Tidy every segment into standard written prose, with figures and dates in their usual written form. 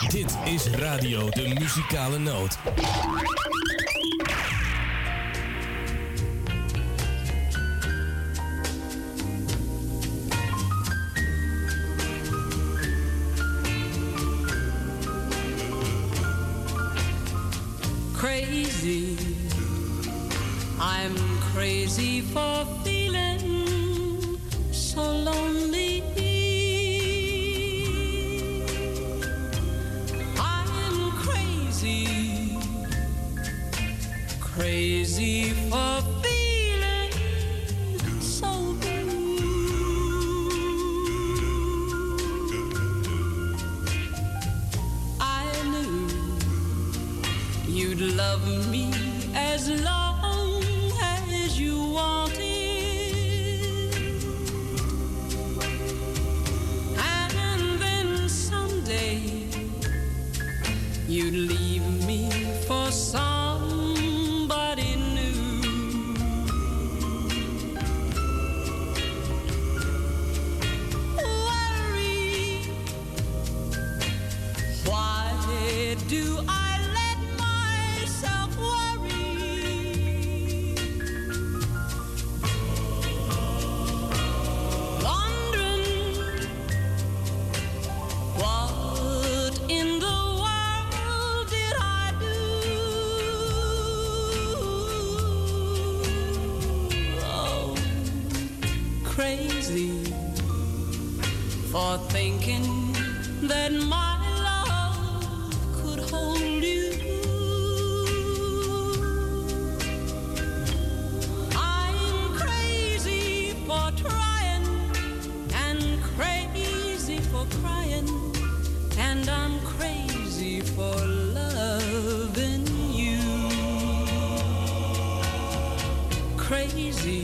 Dit is Radio de Muzikale Noot. Crazy, I'm crazy for feeling so lonely. I'm crazy, crazy for feeling so blue. I knew you'd love me as long as you wanted, and then someday you'd leave me for somebody new. Worry, why do I for thinking that my love could hold you? I'm crazy for trying and crazy for crying, and I'm crazy for loving you. Crazy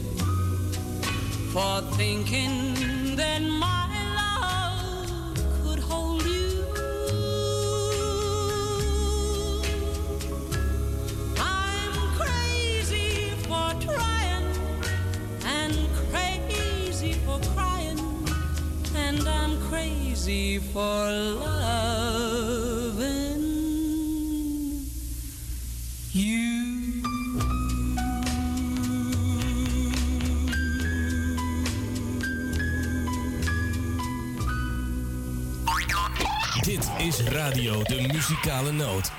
for thinking that my love could hold you. I'm crazy for trying and crazy for crying, and I'm crazy for loving you. Dit is Radio de Muzikale Noot.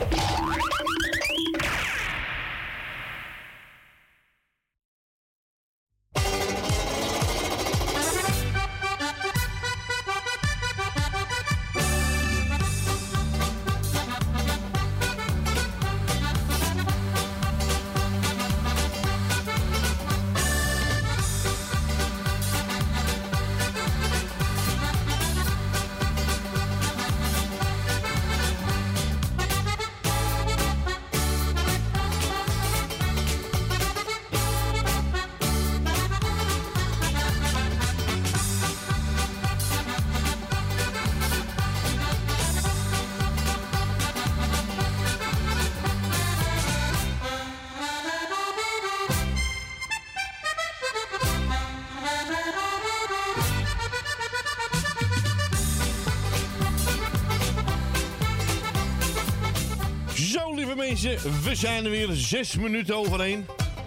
We zijn er weer 6 minuten overheen.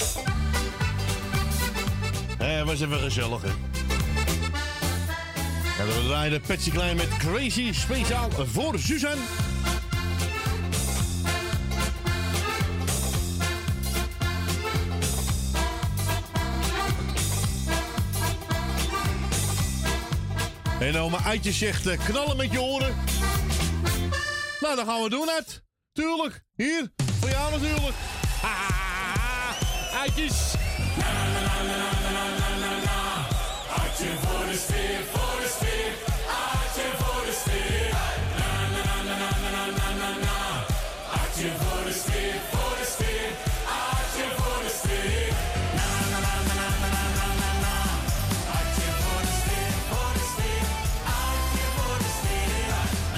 Was even gezellig, hè. En we draaien Patsy Klein met Crazy, speciaal voor Suzanne. En oma Eitje zegt, knallen met je oren. Nou, dat gaan we doen, Ed. Tuurlijk, hier, voor jou natuurlijk. Eitjes. Eitje voor de steer, voor de steer. Eitje voor de steer. Eitje voor de steer, voor de steer. Eitje voor de steer. Eitje voor de steer, voor de steer. Eitje voor de steer.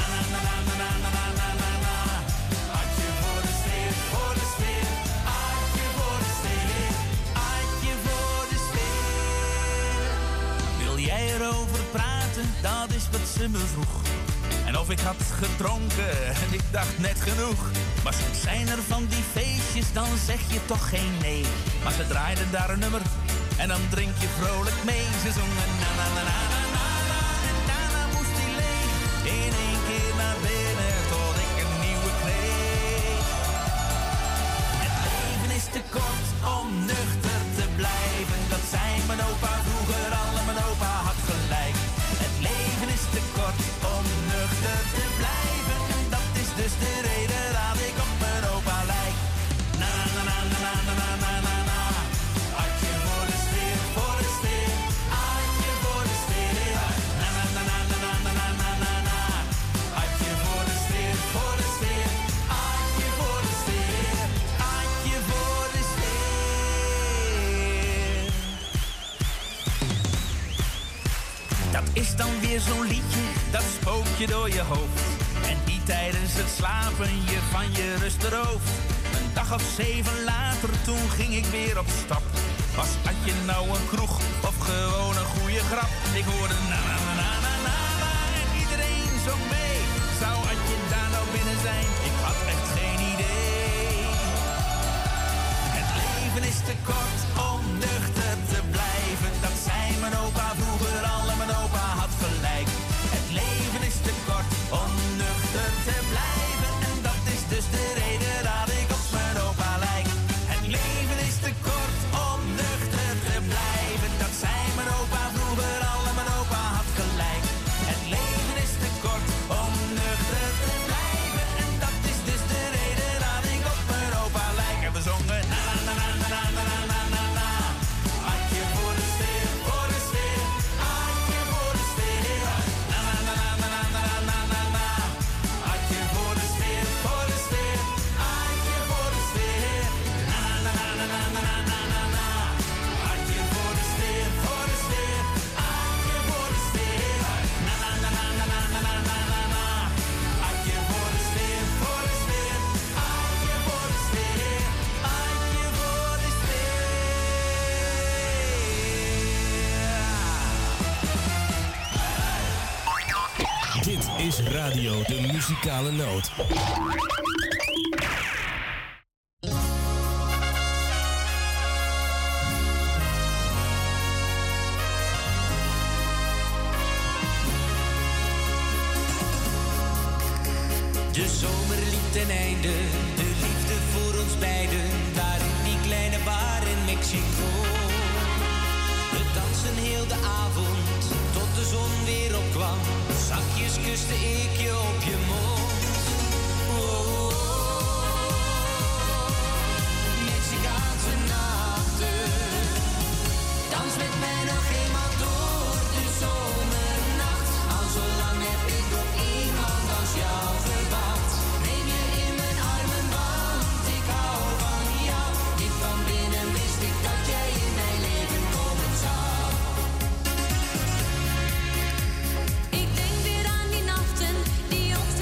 Eitje voor de steer, voor de steer. Eitje voor de steer. Eitje voor de steer. Wil jij erover praten? Dat is wat ze me vroeg. En of ik had gedronken en ik dacht net genoeg. Maar soms zijn er van die feestjes, dan zeg je toch geen nee. Maar ze draaiden daar een nummer en dan drink je vrolijk mee. Ze zongen na na na na na na na en daarna moest hij leeg. In één keer naar binnen tot ik een nieuwe kreeg. Het leven is te kort om nuchter te blijven. Dat zei mijn opa vroeger al en mijn opa had gelijk. Het leven is te kort om nuchter te blijven. En dat is dus de reden dat ik op mijn opa lijk. Na na na na na na na na na. Hartje voor de sfeer, voor de sfeer. Hartje voor de sfeer. Na na na na na na na na na na. Hartje voor de sfeer, voor de sfeer. Hartje voor de sfeer. Hartje voor de sfeer. Dat is dan weer zo'n liedje, dat spookt je door je hoofd. En die tijdens het slapen je van je rust berooft. Een dag of 7 later, toen ging ik weer op stap. Was Adje nou een kroeg of gewoon een goede grap? Ik hoorde na na na na na na na en iedereen zong mee. Zou Adje daar nou binnen zijn? Ik had echt geen idee. Het leven is te kort om nuchter te blijven. Dat zei mijn opa vroeger al en mijn opa had gelijk. Het leven is te kort om nuchter te blijven. En dat is dus de reden dat ik op mijn opa lijk. Het leven is te kort om nuchter te blijven. Dat zei mijn opa vroeger al en mijn opa had gelijk. Het leven is te kort om nuchter te blijven. En dat is dus de reden dat ik op mijn opa lijk. En we zongen na na na na na na na na na. Hartje voor de sfeer, voor de sfeer. Hartje voor de sfeer. Na na na na na na na na na. Hartje voor de sfeer, voor de sfeer. Hartje voor de sfeer. Na na na na na na na na na. Hartje voor de sfeer, voor de sfeer. Hartje voor de sfeer. Na na na na na na na na na na. Hartje voor de sfeer, voor de sfeer. Hartje voor de sfeer. Hartje voor de sfeer. Dit is Radio de Muzikale Noot. De zomer liep ten einde, de liefde voor ons beiden, daar in die kleine bar in Mexico. We dansen heel de avond, tot de zon weer opkwam. Zachtjes kuste ik je op je mond. Oh, oh, oh. Mexicaanse nachten, dans met mij nog eenmaal door de zomernacht. Al zo lang heb ik op iemand als jou gewacht. Neem je in mijn armen, want ik hou van jou. Diep van binnen wist ik dat jij in mijn leven komen zou. Ik denk weer aan die nachten die ons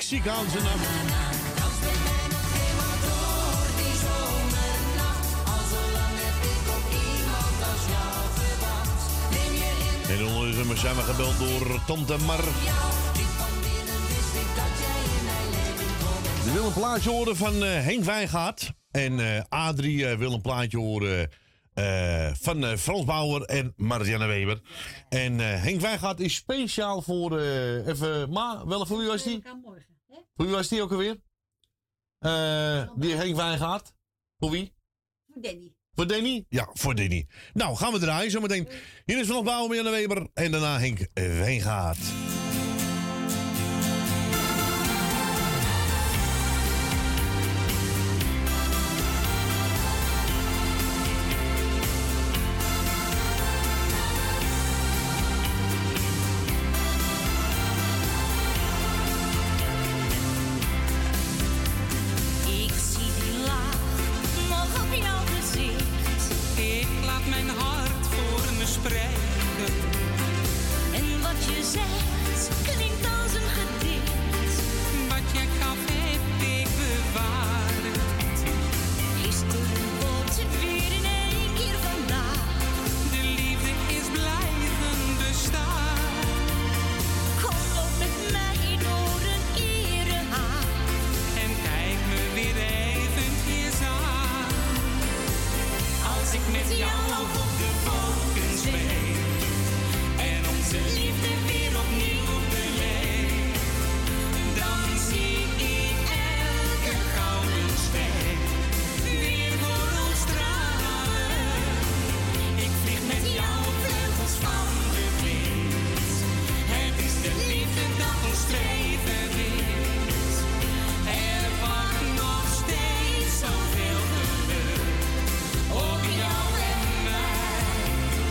Mexicaanse nacht. Dans met mij nog eenmaal door die zomernacht. Al zo lang heb ik op iemand als jou gewacht. Neem je in En ondertussen zijn we gebeld door Tante Mar. jou. Diep van binnen wist ik dat jij in mijn leven komt. Die wil een plaatje horen van Henk Wijngaard. En Adrie wil een plaatje horen van Frans Bauer en Marianne Weber. En Henk Wijngaard is speciaal voor... even, Ma, welke voor wie was die? Voor wie was die ook alweer? Die Henk Wijngaard. Voor wie? Voor Danny. Voor Danny? Ja, voor Danny. Nou, gaan we draaien zometeen. Hier is Frans Bauer, Marianne Weber. En daarna Henk Wijngaard. Ik zie die laag nog op jouw gezicht. Ik laat mijn hart voor me spreken. En wat je zegt klinkt als een gedicht. Wat jij gaf heb ik bewaard. Is er een boot weer in één keer vandaag? De liefde is blijven bestaan. Kom op met mij door een erehaag. En kijk me weer eventjes aan. Als ik met jou op de wolken zweef. En onze liefde weer opnieuw beleef. Dan zie ik elke gouden ster weer voor ons stralen. Ik vlieg met jou op vleugels van de wind. Het is de liefde dat ons streven is. Er wacht nog steeds zoveel geluk op jou en mij.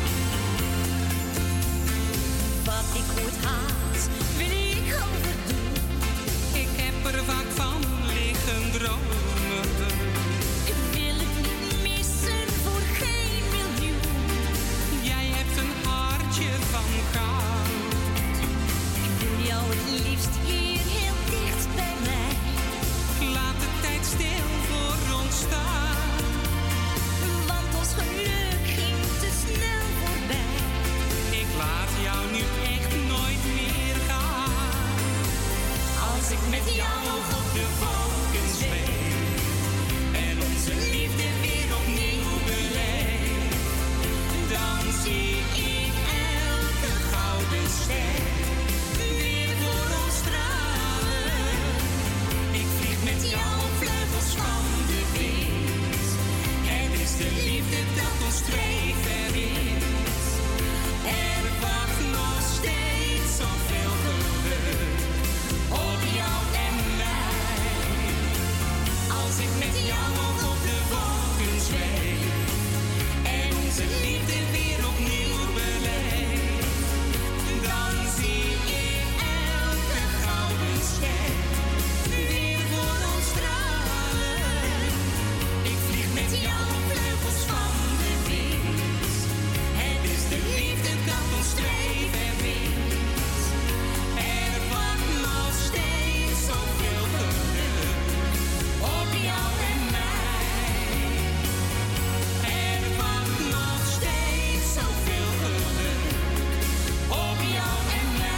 Wat ik ooit haat, wil ik overdoen. Ik heb er vaak van liggen dromen. Ik wil het niet missen voor geen miljoen. Jij hebt een hartje van goud. Ik wil jou het liefst hier heel dicht bij mij. Laat de tijd stil voor ons staan. Want ons geluk ging te snel voorbij. Ik laat jou nu echt nooit meer gaan. Als ik met jou op de wolken zweef. En onze liefde weer opnieuw beleef. Dan zie ik elke gouden ster weer voor ons stralen. Ik vlieg met jou op vleugels van de wind. Het is de liefde dat ons twee verbindt. Er wacht nog steeds zoveel geluk op jou en mij. Als ik met jou op de wolken zweef. En onze liefde weer opnieuw beleef. Dan zie ik elke gouden ster weer voor ons stralen. Ik vlieg met jou op vleugels van de wind. Het is de liefde dat ons twee verbindt. Er wacht nog steeds zoveel geluk op jou en mij. Er wacht nog steeds zoveel geluk op jou en mij.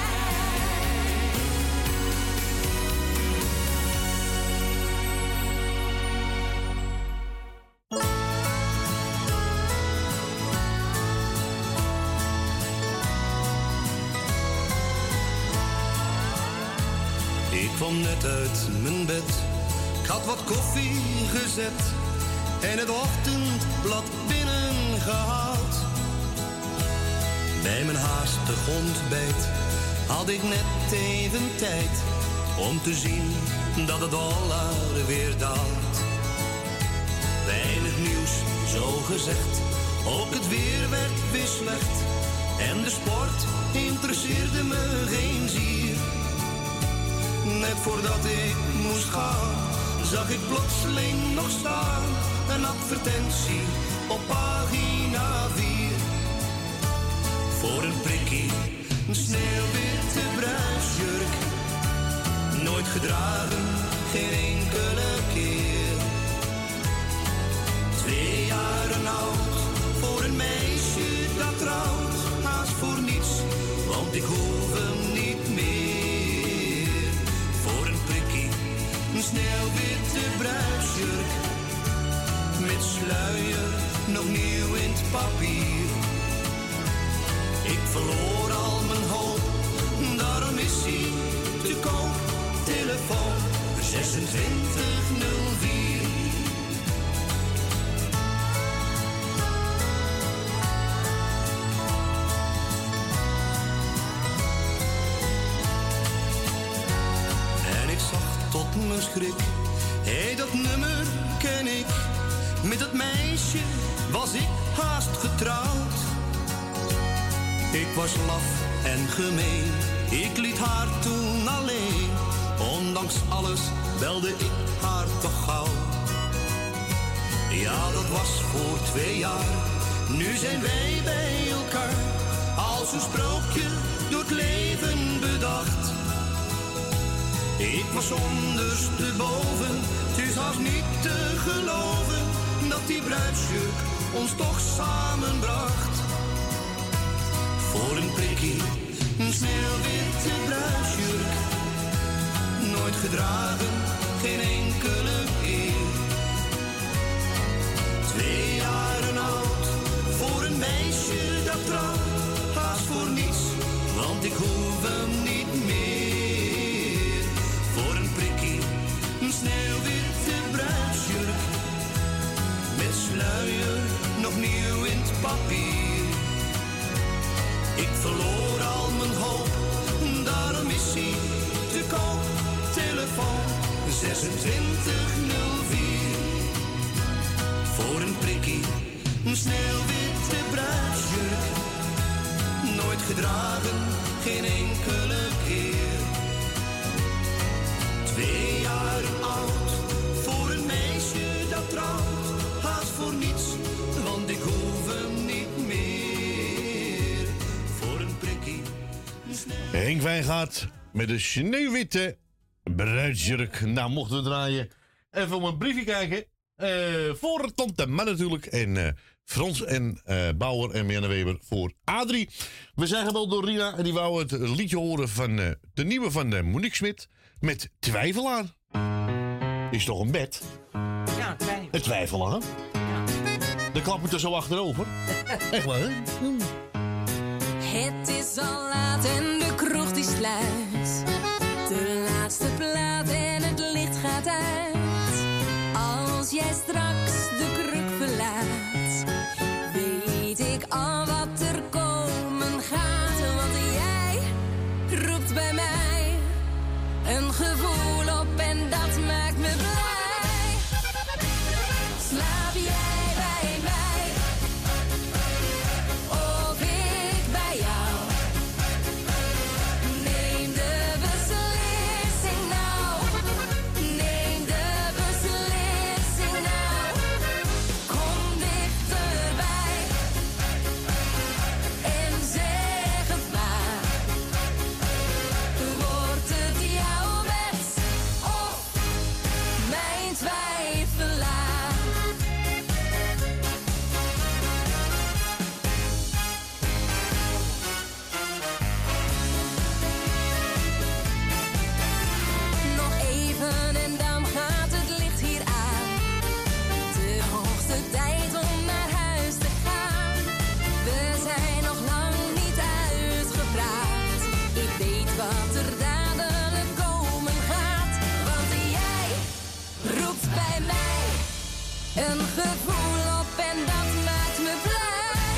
Ik kwam net uit mijn bed, ik had wat koffie gezet en het ochtendblad binnengehaald. Bij mijn haastig ontbijt had ik net even tijd om te zien dat het dollar weer daalt. Weinig nieuws, zo gezegd, ook het weer werd weer slecht en de sport interesseerde me geen zier. Net voordat ik moest gaan, zag ik plotseling nog staan een advertentie op pagina 4. Voor een prikkie, een sneeuwwitte bruidsjurk. Nooit nooit gedragen, geen enkele keer. 2 jaren oud, voor een meisje dat trouwt, haast voor niets, want ik hoef hem niet meer. Voor een prikkie, een sneeuwwitte bruidsjurk, met sluier, nog nieuw in het papier. Ik verloor al mijn hoop, daarom is hij te koop. Telefoon 2604. En ik zag tot mijn schrik, hé, dat nummer ken ik. Met dat meisje was ik haast getrouwd. Ik was laf en gemeen, ik liet haar toen alleen. Ondanks alles belde ik haar toch gauw. Ja, dat was voor 2 jaar, nu zijn wij bij elkaar. Als een sprookje door het leven bedacht. Ik was ondersteboven, het is haast niet te geloven dat die bruidsjurk ons toch samenbracht. Voor een prikkie, een sneeuwwitte bruidsjurk, nooit gedragen, geen enkele keer. 2 jaren oud, voor een meisje dat trouwt, haast voor niets, want ik hoef hem niet meer. Voor een prikkie, een sneeuwwitte bruidsjurk, met sluier, nog nieuw in het papier. Ik verloor al mijn hoop, daarom is hij te koop. Telefoon 2604. Voor een prikkie, een sneeuwwitte bruidsjurk, nooit gedragen, geen enkele keer. 2 jaar oud, voor een meisje dat trouwt, haast voor niets, want ik hoef hem niet meer. Voor een prikkie, een sneeuwwitte... Henk Wijngaard met de sneeuwwitte bruidsjurk. Nou, mochten we draaien. Even om een briefje kijken. Voor Tante Ma natuurlijk. En Frans en Bauer en Marianne Weber voor Adrie. We zijn gebeld door Rina. En die wou het liedje horen van de nieuwe van Monique Smit. Met Twijfelaar. Is toch een bed? Ja, twijfel. Een twijfelaar. Ja. Dan klap ik er zo achterover. Echt waar, hè? Het is al laat en de kroeg die sluit. De laatste plaat en het licht gaat uit. Als jij straks de kruk verlaat, weet ik al wat er komen gaat. Want jij roept bij mij een gevoel op en dat maakt me blij. Slaap jij bij mij? Of ik bij jou? Neem de beslissing nou. Neem de beslissing nou. Kom dichterbij en zeg het maar. Wordt het jouw bed of mijn twijfelaar? Nog even en dan gaat het licht hier aan. De hoogste tijd om naar huis te gaan. We zijn nog lang niet uitgepraat. Ik weet wat er dadelijk komen gaat. Want jij roept bij mij een gevoel op en dat maakt me blij.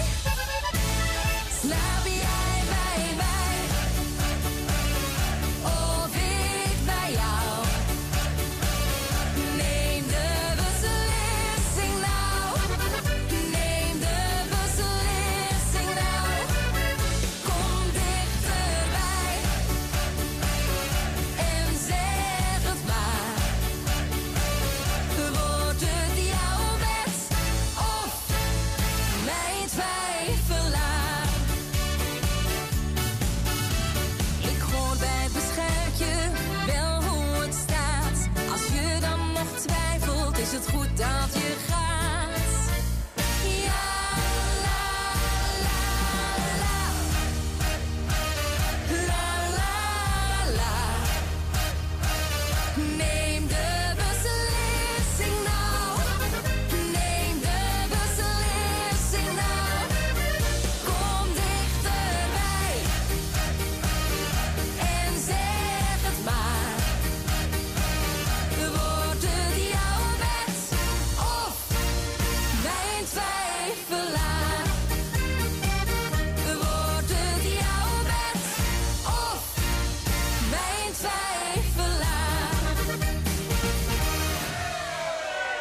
Slaap jij bij mij? Of ik bij jou? Neem de beslissing nou. Neem de beslissing nou. Kom dichterbij en zeg het maar. Wordt het jouw bed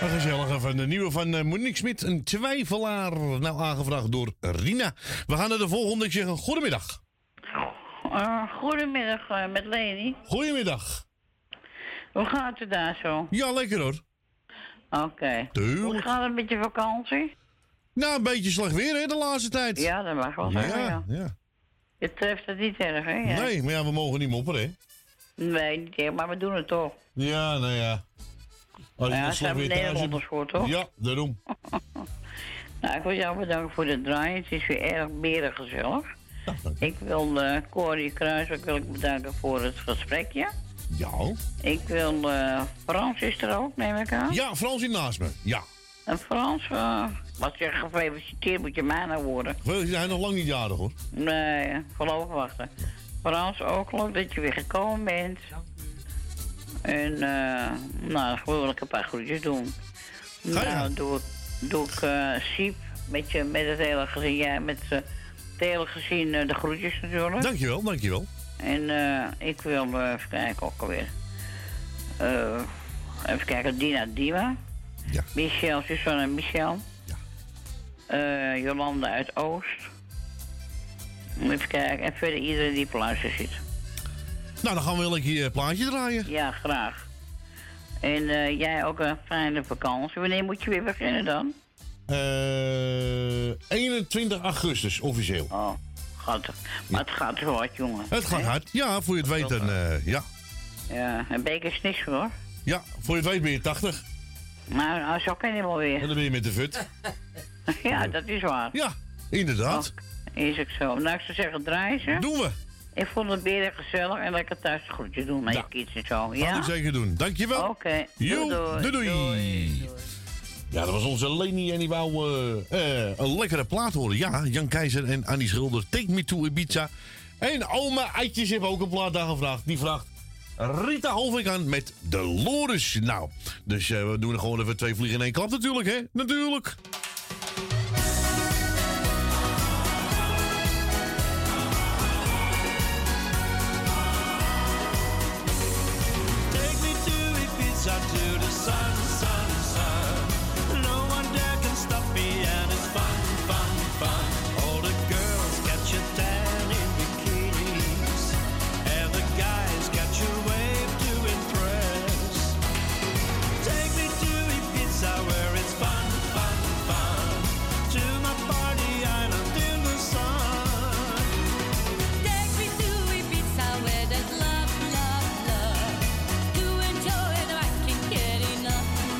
Een gezellige van de nieuwe van Monique Smit, een twijfelaar. Nou, aangevraagd door Rina. We gaan naar de volgende. Ik zeg een goedemiddag. Goedemiddag met Leni. Goedemiddag. Hoe gaat het daar zo? Ja, lekker hoor. Oké. Tuurlijk. Hoe gaat het met je vakantie? Nou, een beetje slecht weer hè, de laatste tijd. Ja, dat mag wel zeggen, ja. Ja. Je treft het niet erg, hè? Ja. Nee, maar ja, we mogen niet mopperen hè. Nee, niet erg, maar we doen het toch. Ja, nou ja. Als je Ja, een ze hebben slecht weer thuis Nederlanders voor, toch? Ja, daarom. Nou, ik wil jou bedanken voor het draaien. Het is weer erg berig gezellig. Ja, dank je. Ik wil Corrie Kruijswijk wil ik bedanken voor het gesprekje. Ja. Ik wil Frans is er ook, neem ik aan. Ja, Frans in naast me. Ja. En Frans, wat je gefeliciteerd moet je mij nou worden. Hij is nog lang niet jarig hoor. Nee, voorlopig wachten. Frans, ook leuk dat je weer gekomen bent. En nou, dan wil ik een paar groetjes doen. Ga je Nou, doe ik Siep met het hele gezin. Ja, met het hele gezin de groetjes natuurlijk. Dankjewel, dankjewel. En ik wil even kijken ook alweer. Even kijken, Dima. Ja. Michel, Suzanne en Michel. Ja. Jolanda uit Oost. Even kijken, en verder iedereen die op luister zit. Nou, dan gaan we wel een keer een plaatje draaien. Ja, graag. En jij ook een fijne vakantie. Wanneer moet je weer beginnen dan? 21 augustus, officieel. Oh, gaat het. Maar het gaat zo hard, jongen. Het gaat hard. Ja, voor je het weet dan, ja. Ja, een beker is niks hoor. Ja, voor je het weet ben je 80. Maar zo kan je wel weer. En dan ben je met de fut. Ja, dat is waar. Ja, inderdaad. Is ook zo. Nou, ik zou zeggen, draai ze. Doen we. Ik vond het weer gezellig en lekker thuis een groetje doen met Ja. je kids en zo. Ga Ja? ik zeker doen. Dankjewel. Oké. Jo, doei. Ja, dat was onze Leni en die wou een lekkere plaat horen. Ja, Jan Keizer en Annie Schilder. Take Me to Ibiza. En oma Eitjes heeft ook een plaat aangevraagd. Die vraagt Rita Hovink aan met Dolores. Nou, dus we doen er gewoon even 2 vliegen in 1 klap natuurlijk, hè? Natuurlijk. Take me to Ibiza, to the sun, sun, sun. No one there can stop me and it's fun, fun, fun. All the girls got you tan in bikinis and the guys got you wave to impress. Take me to Ibiza where it's fun, fun, fun. To my party island in the sun. Take me to Ibiza where there's love, love, love. To enjoy and I can't get enough,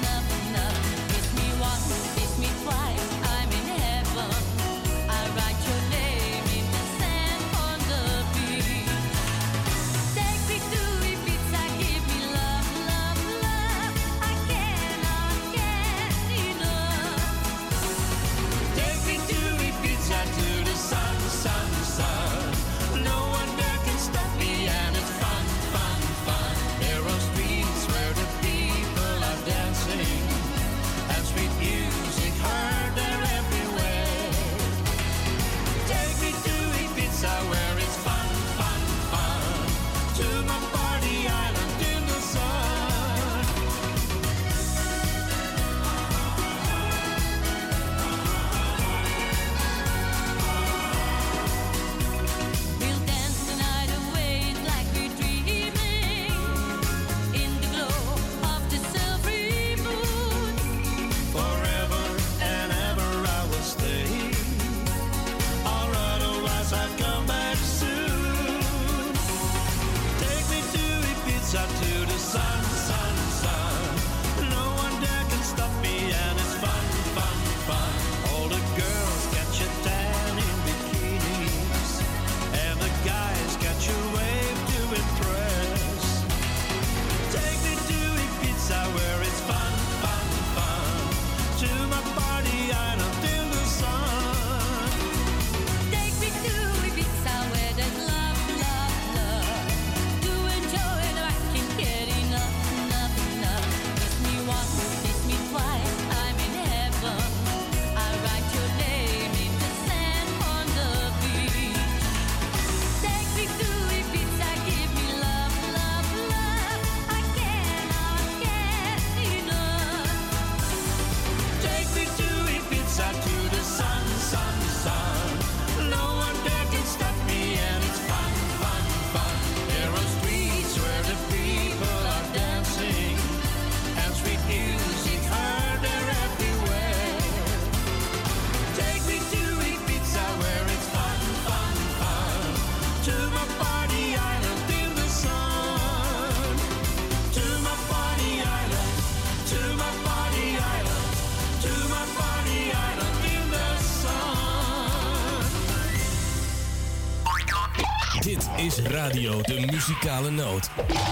Radio De Muzikale Noot.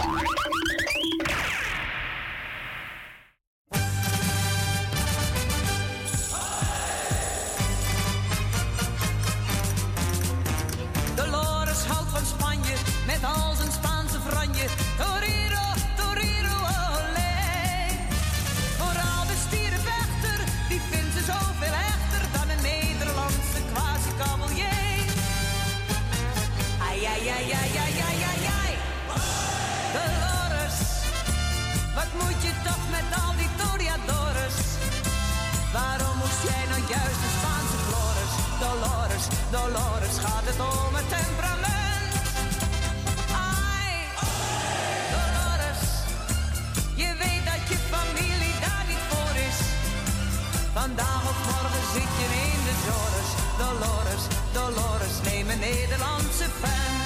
Dolores houdt van Spanje met al zijn Spaanse franje. Torero, torero, olé. Vooral de stierenvechter, die vindt ze zoveel echter dan een Nederlandse quasi-cavalier. Ai, ai, ai, ai, ai, ai, ai, ai. Dolores, wat moet je toch met al die toreadores? Waarom moest jij nou juist de Spaanse Flores? Dolores, Dolores, gaat het om het temperament? Ai, Dolores, je weet dat je familie daar niet voor is. Vandaag of morgen zit je in de zores. Dolores, Dolores, neem een Nederlandse vent.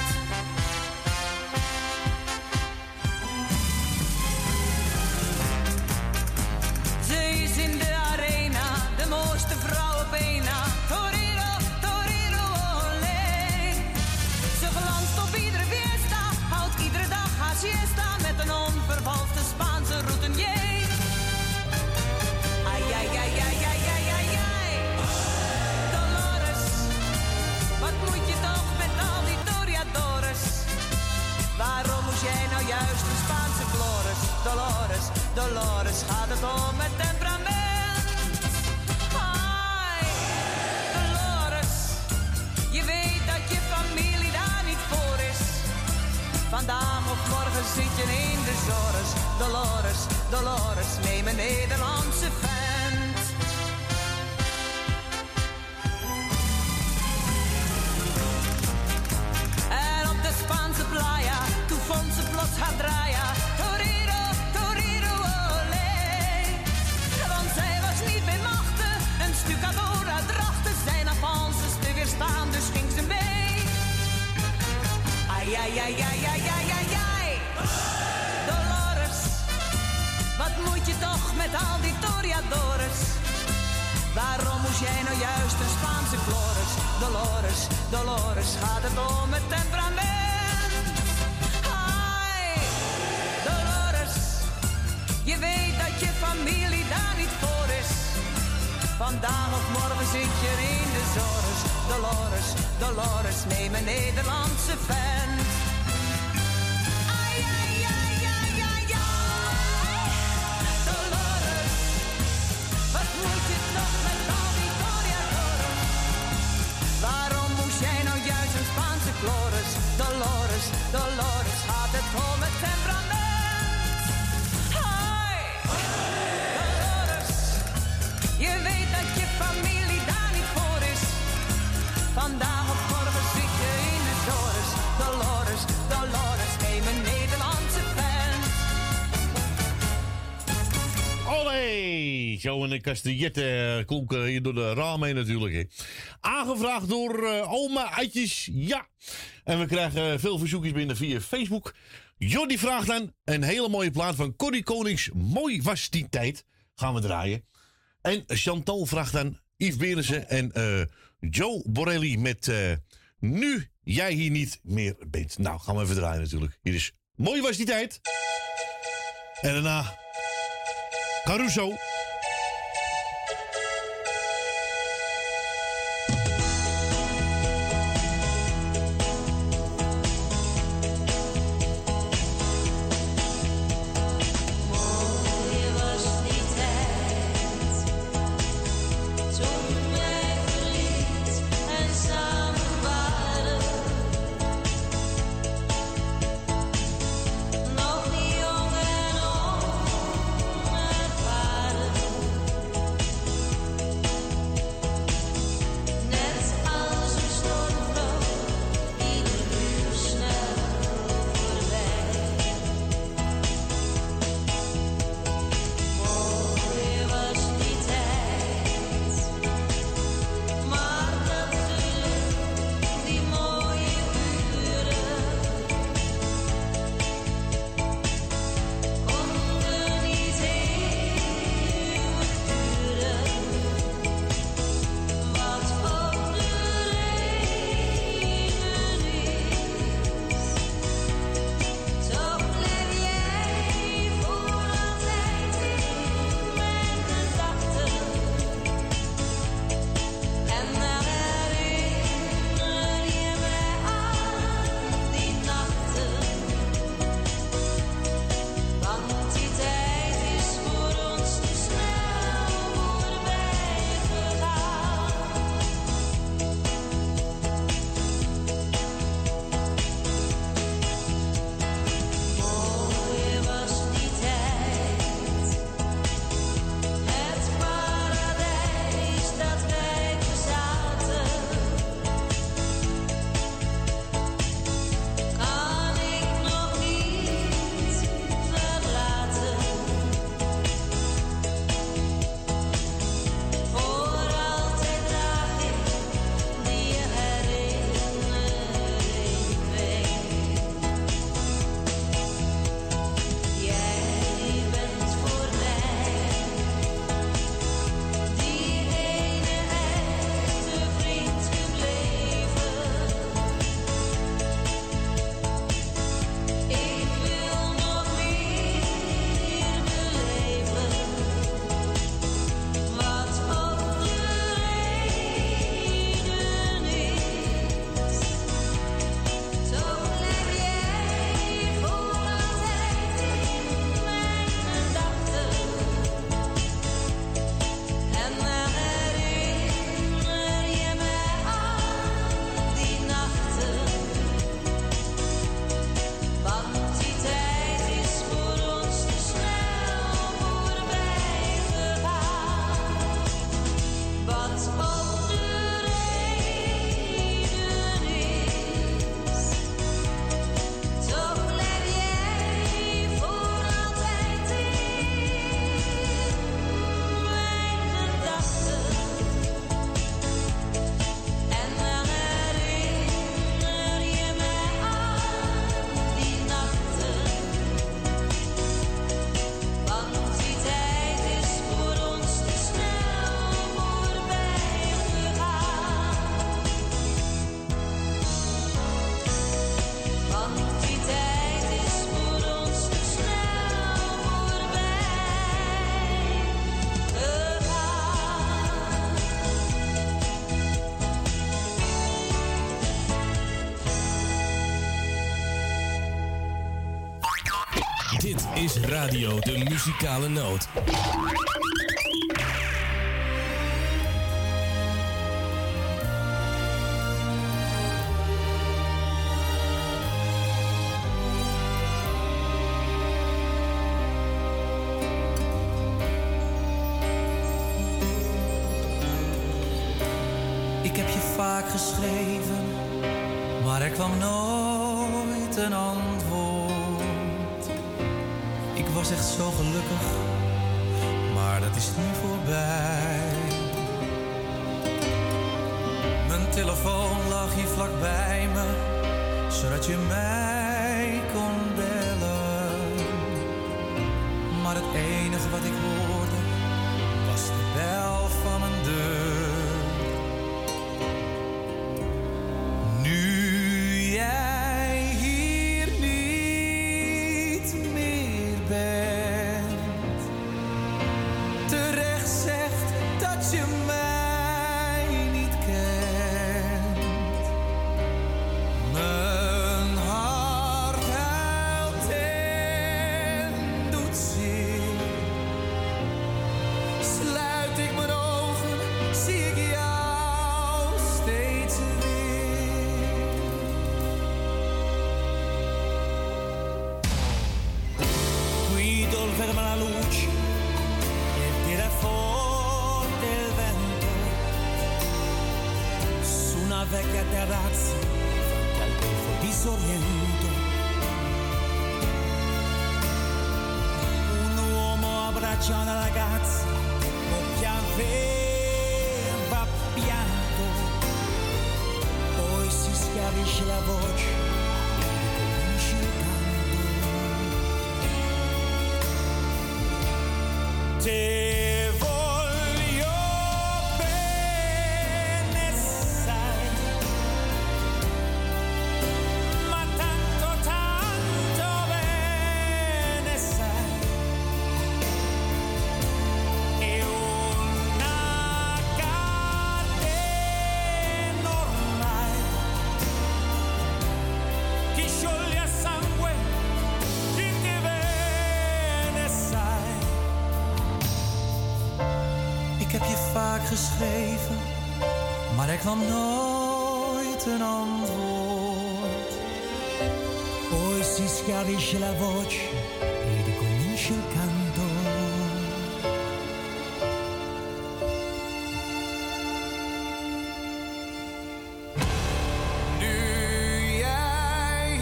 Ze is in de arena, de mooiste vrouw op één na. Torero, torero, olé. Ze glanst op iedere weersta, houdt iedere dag haar siesta met een onvervalste Spaanse routinier. Ai, ai, ai, ai, ai, ai, ai, ai. Dolores, wat moet je toch met al die toreadores? Waarom moest jij nou juist de Spaanse Flores? Dolores, Dolores, gaat het om het temperament? Ai, Dolores, je weet dat je familie daar niet voor is. Vandaag of morgen zit je in de zores. Dolores, Dolores, neem een Nederlandse vent. En op de Spaanse playa, toen vond ze plots haar draaya. Torero, torero, olé. Want zij was niet bij machten, een stucador uit drachten. Zijn avances te weerstaan, dus ging ze mee. Ai, ai, ai, ai, ai, ai, ai, ai. Dolores, wat moet je toch met al die toreadores? Waarom moest jij nou juist een Spaanse Flores? Dolores, Dolores, gaat het om het temperament? Ai, Dolores, je weet dat je familie daar niet voor is. Vandaag of morgen zit je in de zores. Dolores, Dolores, neem een Nederlandse vent. Ai, ai, ai, ai, ai, ai. Dolores, wat moet je toch met al die toreadores? Waarom moest jij nou juist een Spaanse Flores? Dolores, Dolores, gaat het om het temperament? Hai, Dolores, je weet dat je familie daar niet voor is. Vandaag of morgen zit je in de zores. Dolores, Dolores, neem een Nederlandse vent. Olé! Zo in de kastiette klonk hier door de ramen heen natuurlijk. Hè. Aangevraagd door oma Eitjes. Ja. En we krijgen veel verzoekjes binnen via Facebook. Jordi vraagt dan een hele mooie plaat van Corrie Konings. Mooi was die tijd. Gaan we draaien. En Chantal vraagt dan Yves Berensen en Joe Borelli met Nu jij hier niet meer bent. Nou, gaan we even draaien natuurlijk. Hier is Mooi was die tijd. En daarna Caruso. Nog niet jong en onervaren. Dit is Radio de Muzikale Noot. Ik heb je vaak geschreven, maar er kwam nooit een antwoord. Ik was echt zo gelukkig, maar dat is nu voorbij. Mijn telefoon lag hier vlak bij me, zodat je mij kon bellen. Maar het enige wat ik hoorde, was de bel van mijn deur. Vecchia terrazza, al golfo di Sorrento. Un uomo abbraccia una ragazza, che aveva pianto. Poi si schiarisce la voce e ricomincia il canto. Te voglio bene, sai, ma tanto, tanto bene, sai, è una catena ormai che scioglie a sangue chi ti bene, sai. Ik heb je vaak geschreven, maar er kwam nooit een antwoord. Poi si schiarisce la voce e ricomincia il canto. Nu jij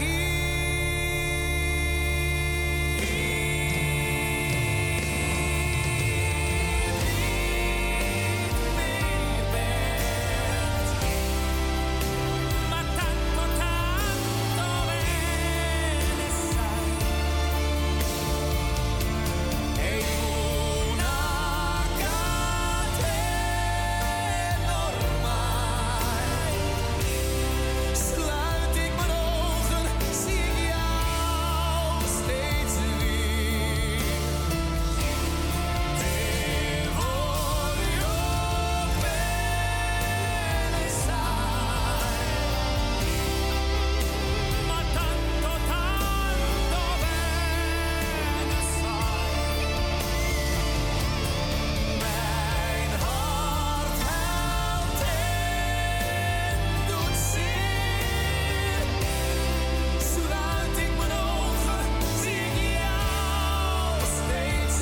Ma tanto, tanto bene, sai, è una catena ormai. sluit ik mijn ogen, zie ik jou steeds weer. Te voglio bene, sai, Ma tanto, tanto bene, sai. mijn hart huilt en doet zeer. Sluit ik mijn ogen, zie ik jou steeds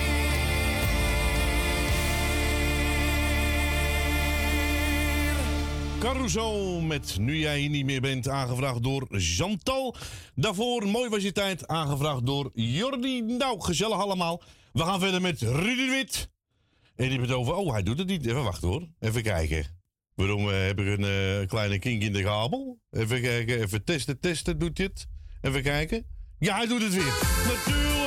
weer. Caruso met Nu jij hier niet meer bent, aangevraagd door Chantal. Daarvoor Mooi was je tijd, aangevraagd door Jordi. Nou, gezellig allemaal. We gaan verder met Rudy de Wit. En die heeft het over, oh hij doet het niet. Even wachten hoor, even kijken. Waarom heb ik een kleine kink in de kabel? Even kijken, even testen, doet hij het? Even kijken. Ja, hij doet het weer. Natuurlijk.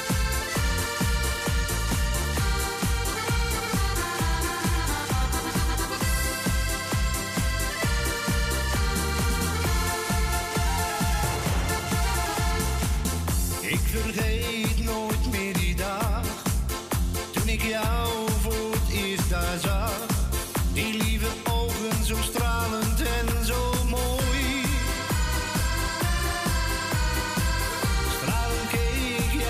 Ik vergeet nooit meer die dag, toen ik jou voor het eerst daar zag. Die lieve ogen zo stralend en zo mooi. Stralend keek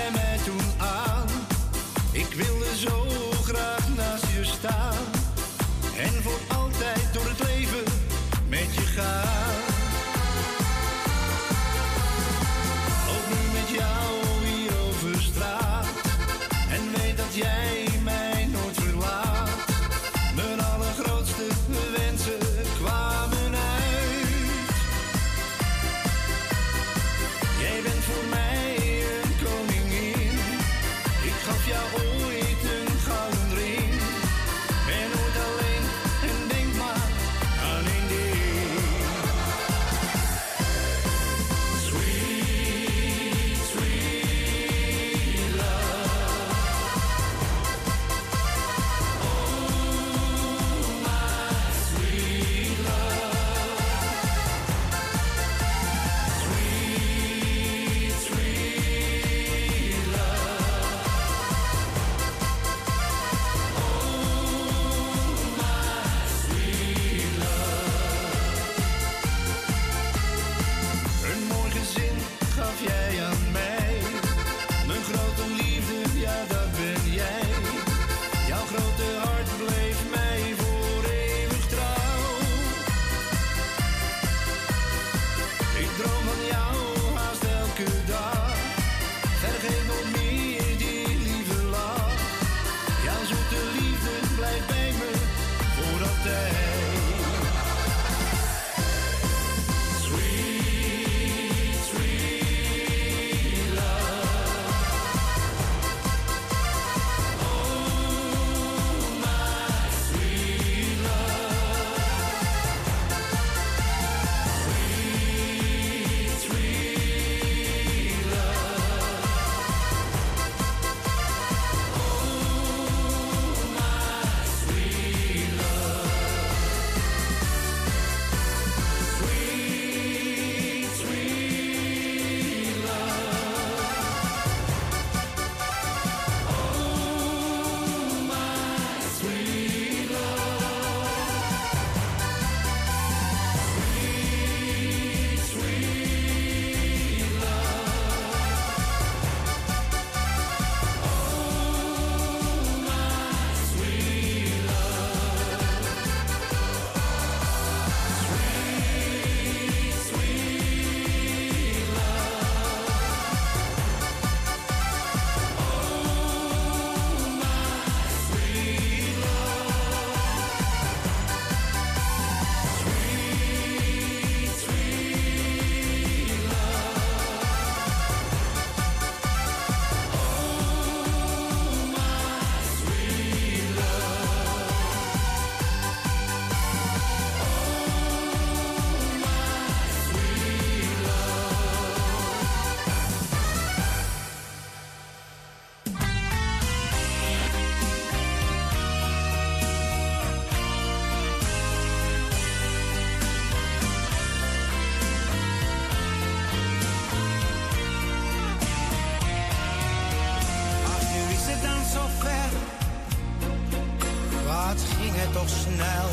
het toch snel.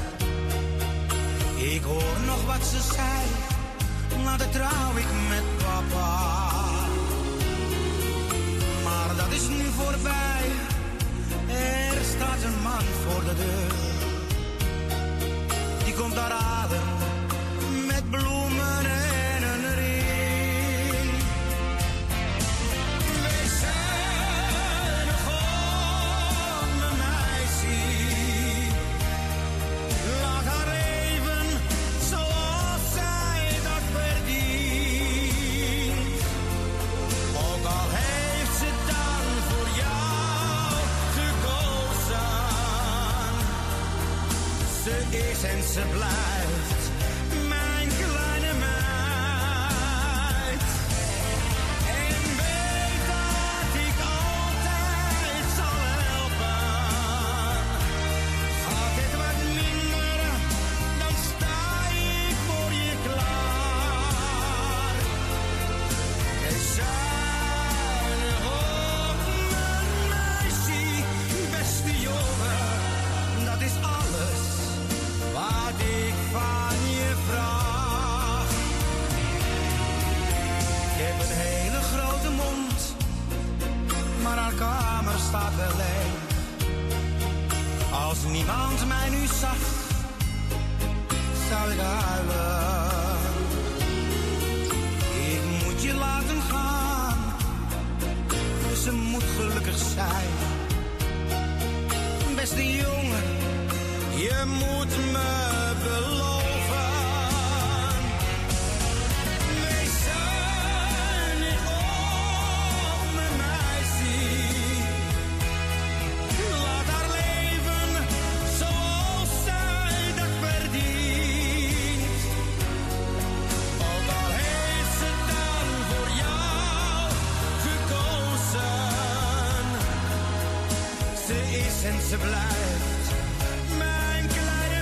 Ik hoor nog wat ze zei, later trouw ik met papa. Maar dat is nu voorbij, er staat een man voor de deur. Die komt daar aan met bloemen en een ring. Wees zuinig op mijn meisje. Laat haar leven zoals zij dat verdient. Ook al heeft ze dan voor jou gekozen. Ze is en ze blijft mijn kleine meid. En weet dat ik altijd zal helpen. Gaat het wat minder, dan sta ik voor je klaar. En zuinig op mijn meisje, beste jongen, dat is alles wat ik van je vraag. Ik heb een hele grote mond, maar haar kamer staat wel leeg. Als niemand mij nu zag, zou ik huilen. Ik moet je laten gaan, ze moet gelukkig zijn. Beste jongen, je moet me beloven. Wees zuinig op mijn meisje. Laat haar leven zoals zij dat verdient. Ook al heeft ze dan voor jou gekozen. Ze is en ze blijft mijn kleine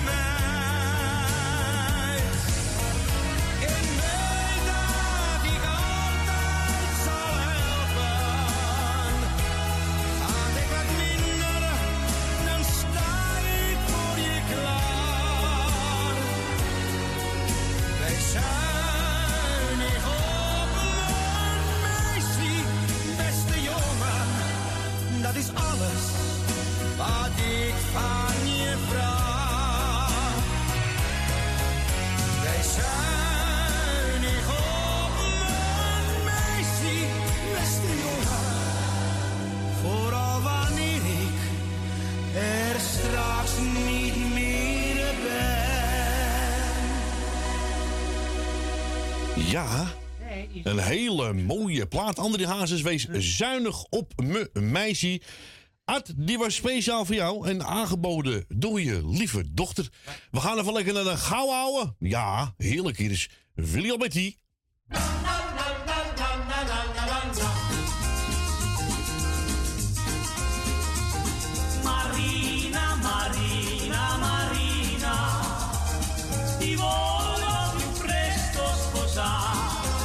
meid. En weet dat ik altijd zal helpen. Gaat ik wat minder, dan sta ik voor je klaar. Wees zuinig op mijn meisje, beste jongen, dat is alles wat ik van je vraag. Wees zuinig op mijn meisje, beste jongen, vooral wanneer ik er straks niet meer ben. Ja, een hele mooie plaat. André Hazes, wees zuinig op me meisje. Ad, die was speciaal voor jou en aangeboden door je lieve dochter. We gaan even lekker naar de gauw houden. Ja, heerlijk. Hier is Willy Alberti. Marina, Marina, Marina, ti voglio più presto sposare.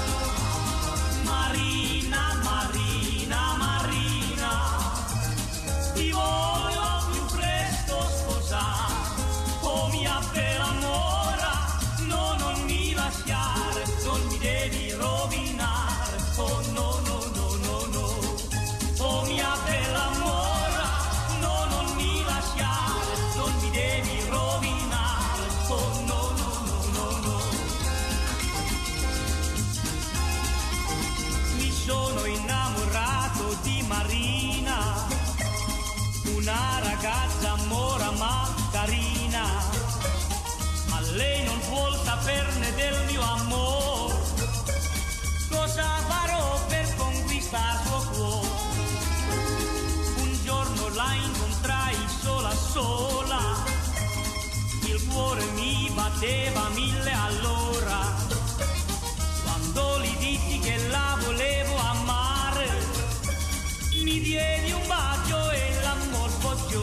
Marina, Marina, Marina, ti voglio più presto sposare. Oh mia bella mora, no, non mi lasciare, non mi devi rovinare. Oh no, no, no, no, no. Oh mia bella mora, no, non mi lasciare, non mi devi rovinare. Oh no, no, no, no, no. Mi sono innamorato di Marina, una ragazza mora ma carina, ma lei non vuol saperne del mio amore. Cosa farò per conquistar suo cuore? Un giorno la incontrai sola sola, il cuore mi batteva 1000 all'ora. Quando gli dissi che la volevo amare, mi diedi un bacio e l'amor sfoggiò.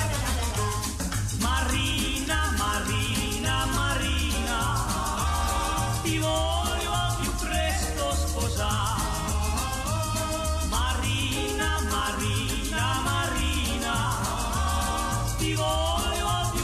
Marina, Marina, Marina, ti voglio più presto sposare. Marina, Marina, Marina, ti voglio più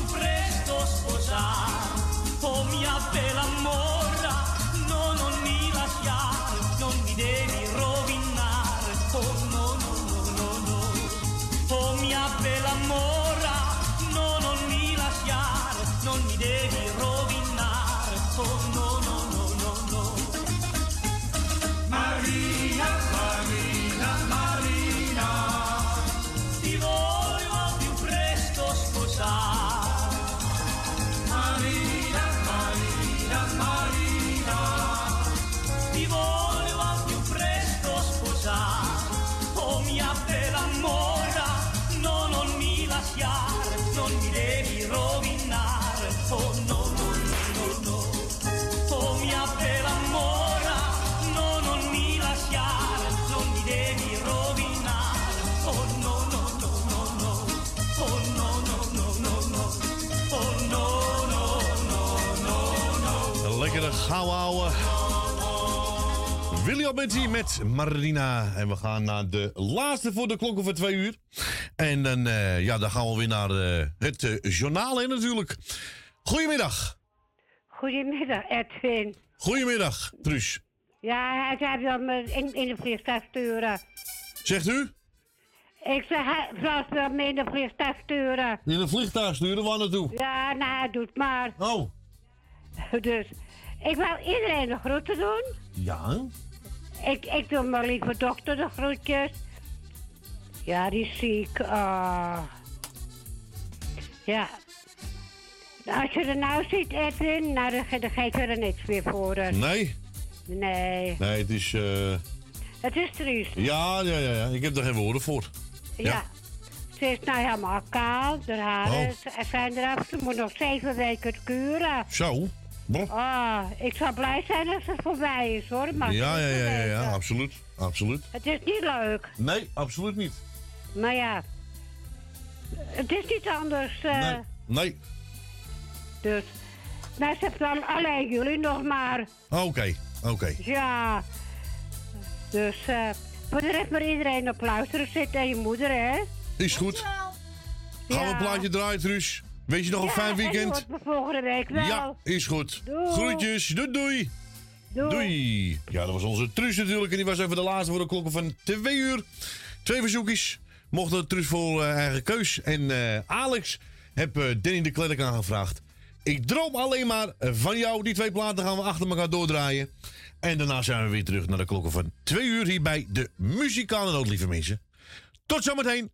gaan we houden. William Benzie met Marina. En we gaan naar de laatste voor de klokken van 2 uur. En dan, dan gaan we weer naar het journaal in natuurlijk. Goedemiddag. Goedemiddag, Edwin. Goedemiddag, Truus. Ja, hij zei wel me in de vliegtuig sturen. Zegt u? Ik zeg, hij wil me in de vliegtuig sturen. In een vliegtuig sturen, waar naartoe? Ja, nou, doet maar. Oh. Dus, ik wil iedereen de groeten doen. Ja? Ik doe mijn lieve dokter de groetjes. Ja, die is ziek. Ja. Als je er nou ziet, Edwin, nou, dan geef je er niks meer voor. Nee? Nee. Nee, het is... Het is triest. Ja. Ik heb er geen woorden voor. Ja. Ze is nou helemaal kaal. De haren zijn eraf. Ze moet nog 7 weken kuren. Zo? Ik zou blij zijn als het voorbij is, hoor. Maar ja, absoluut. Het is niet leuk. Nee, absoluut niet. Maar ja, het is niet anders. Nee. Dus, nou, ze heeft dan alleen jullie nog maar. Oké. Ja. Dus, voor de rest maar iedereen op luisteren zitten en je moeder, hè? Is goed. Gaan we een plaatje draaien, Truus? Weet je nog een fijn weekend? Ja, volgende week wel. Ja, is goed. Doei. Groetjes, doei. Ja, dat was onze Truus natuurlijk. En die was even de laatste voor de klokken van 2 uur. 2 verzoekjes. Mocht Truus voor eigen keus. En Alex heb Danny de Klerk aangevraagd. Ik droom alleen maar van jou. Die 2 platen gaan we achter elkaar doordraaien. En daarna zijn we weer terug naar de klokken van 2 uur hier bij de Muzikale Noot, lieve mensen. Tot zometeen.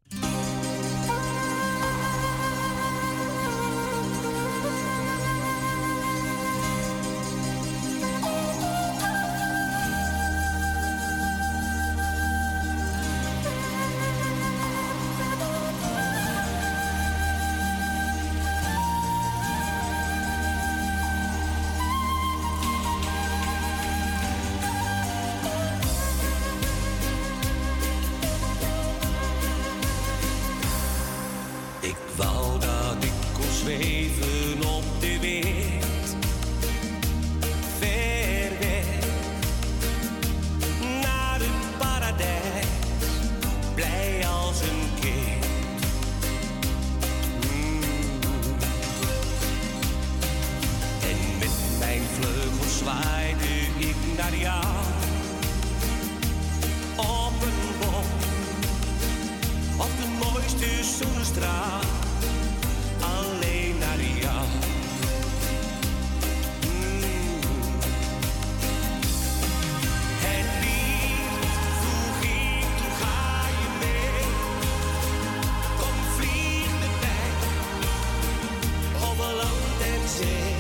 Zweven op de wind, ver weg, naar het paradijs, blij als een kind. En met mijn vleugels zwaaide ik naar jou, op een boom, op de mooiste zonnestraal. Alleen naar jou. Het lied vroeg ik, toen ga je mee. Kom vlieg met mij, over land en zee.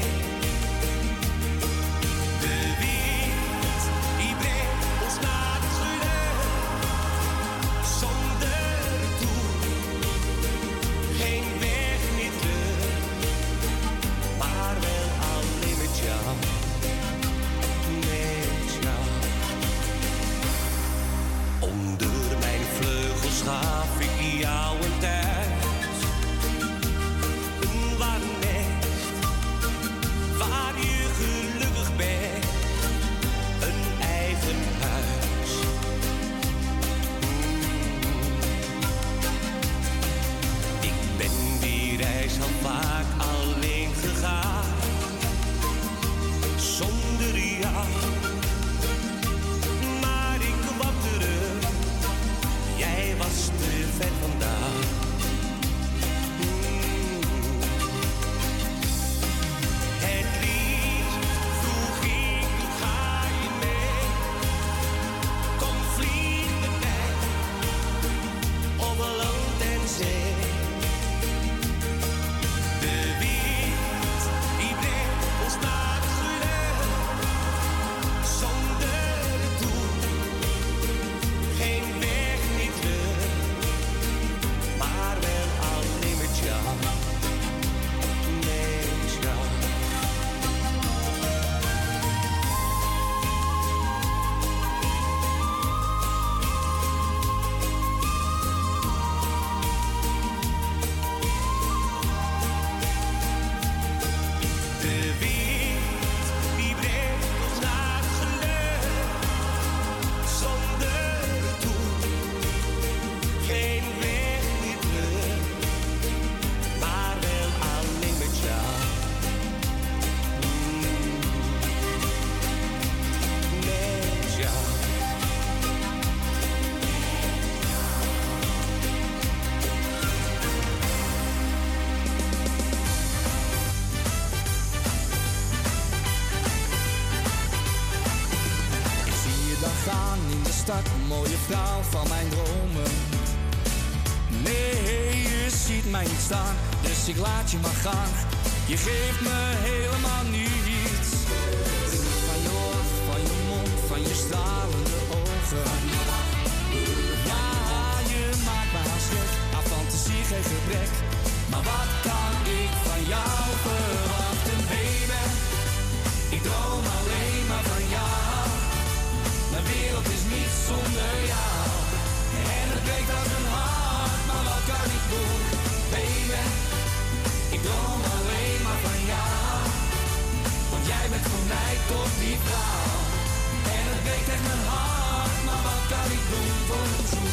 De wind die brengt ons naar het geluk, zonder doel, geen weg. Maar wel alleen met jou, met jou. Onder mijn vleugels gaf ik jou een thuis, een warm nest, waar je gelukkig bent, een eigen huis. Ik ben die reis al vaak alleen gegaan, zonder jou. Maar ik kwam terug, jij was te ver vandaan. vrouw van mijn dromen. Nee, je ziet mij niet staan, dus ik laat je maar gaan. Je geeft me helemaal niets. Van je oog, van je mond, van je stralende ogen. Ja, je maakt me haast gek, aan fantasie geen gebrek. Maar wat kan ik van jou verwachten, baby? Ik droom alleen maar van jou. Mijn wereld is niet zonder jou. En het breekt uit mijn hart, maar wat kan ik doen, baby? Ik droom alleen maar van jou. Want jij bent voor mij toch die vrouw. En het breekt echt mijn hart, maar wat kan ik doen voor een zoen?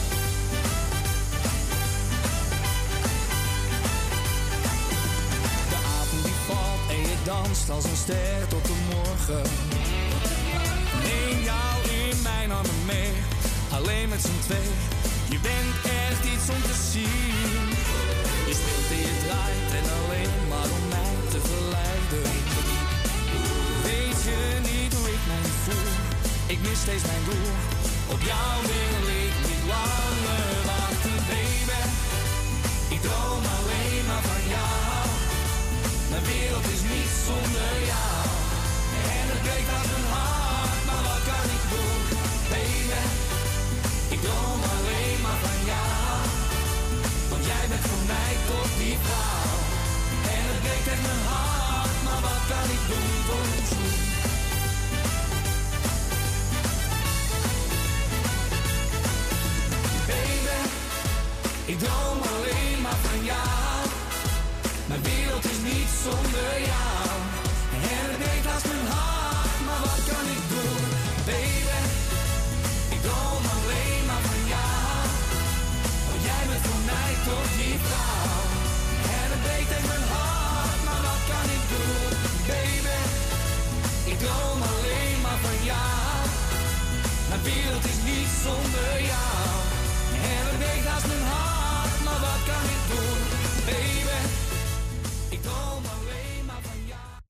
De avond die valt en je danst als een ster tot de morgen. Neem jou in mijn armen mee, alleen met z'n twee. Je bent echt iets om te zien. Je speelt en je draait en alleen maar om mij te verleiden. Weet je niet hoe ik mij voel? Ik mis steeds mijn doel. Op jou wil ik niet langer wachten, baby. Ik droom alleen maar van jou. Mijn wereld is niet zonder jou. En het breekt uit mijn hart, maar wat kan ik doen, baby? Ik droom alleen maar van jou. Want jij bent voor mij toch die vrouw. En het breekt echt mijn hart, maar wat kan ik doen voor een zoen? Baby, ik droom alleen maar van jou. Mijn wereld is niet zonder jou. En het breekt haast mijn hart, maar wat kan ik doen, baby? Ik droom alleen maar van jou. Want jij bent voor mij toch die vrouw. En het breekt echt mijn hart, maar wat kan ik doen, baby? Ik droom alleen maar van jou. Mijn wereld is niet zonder jou. En het breekt haast mijn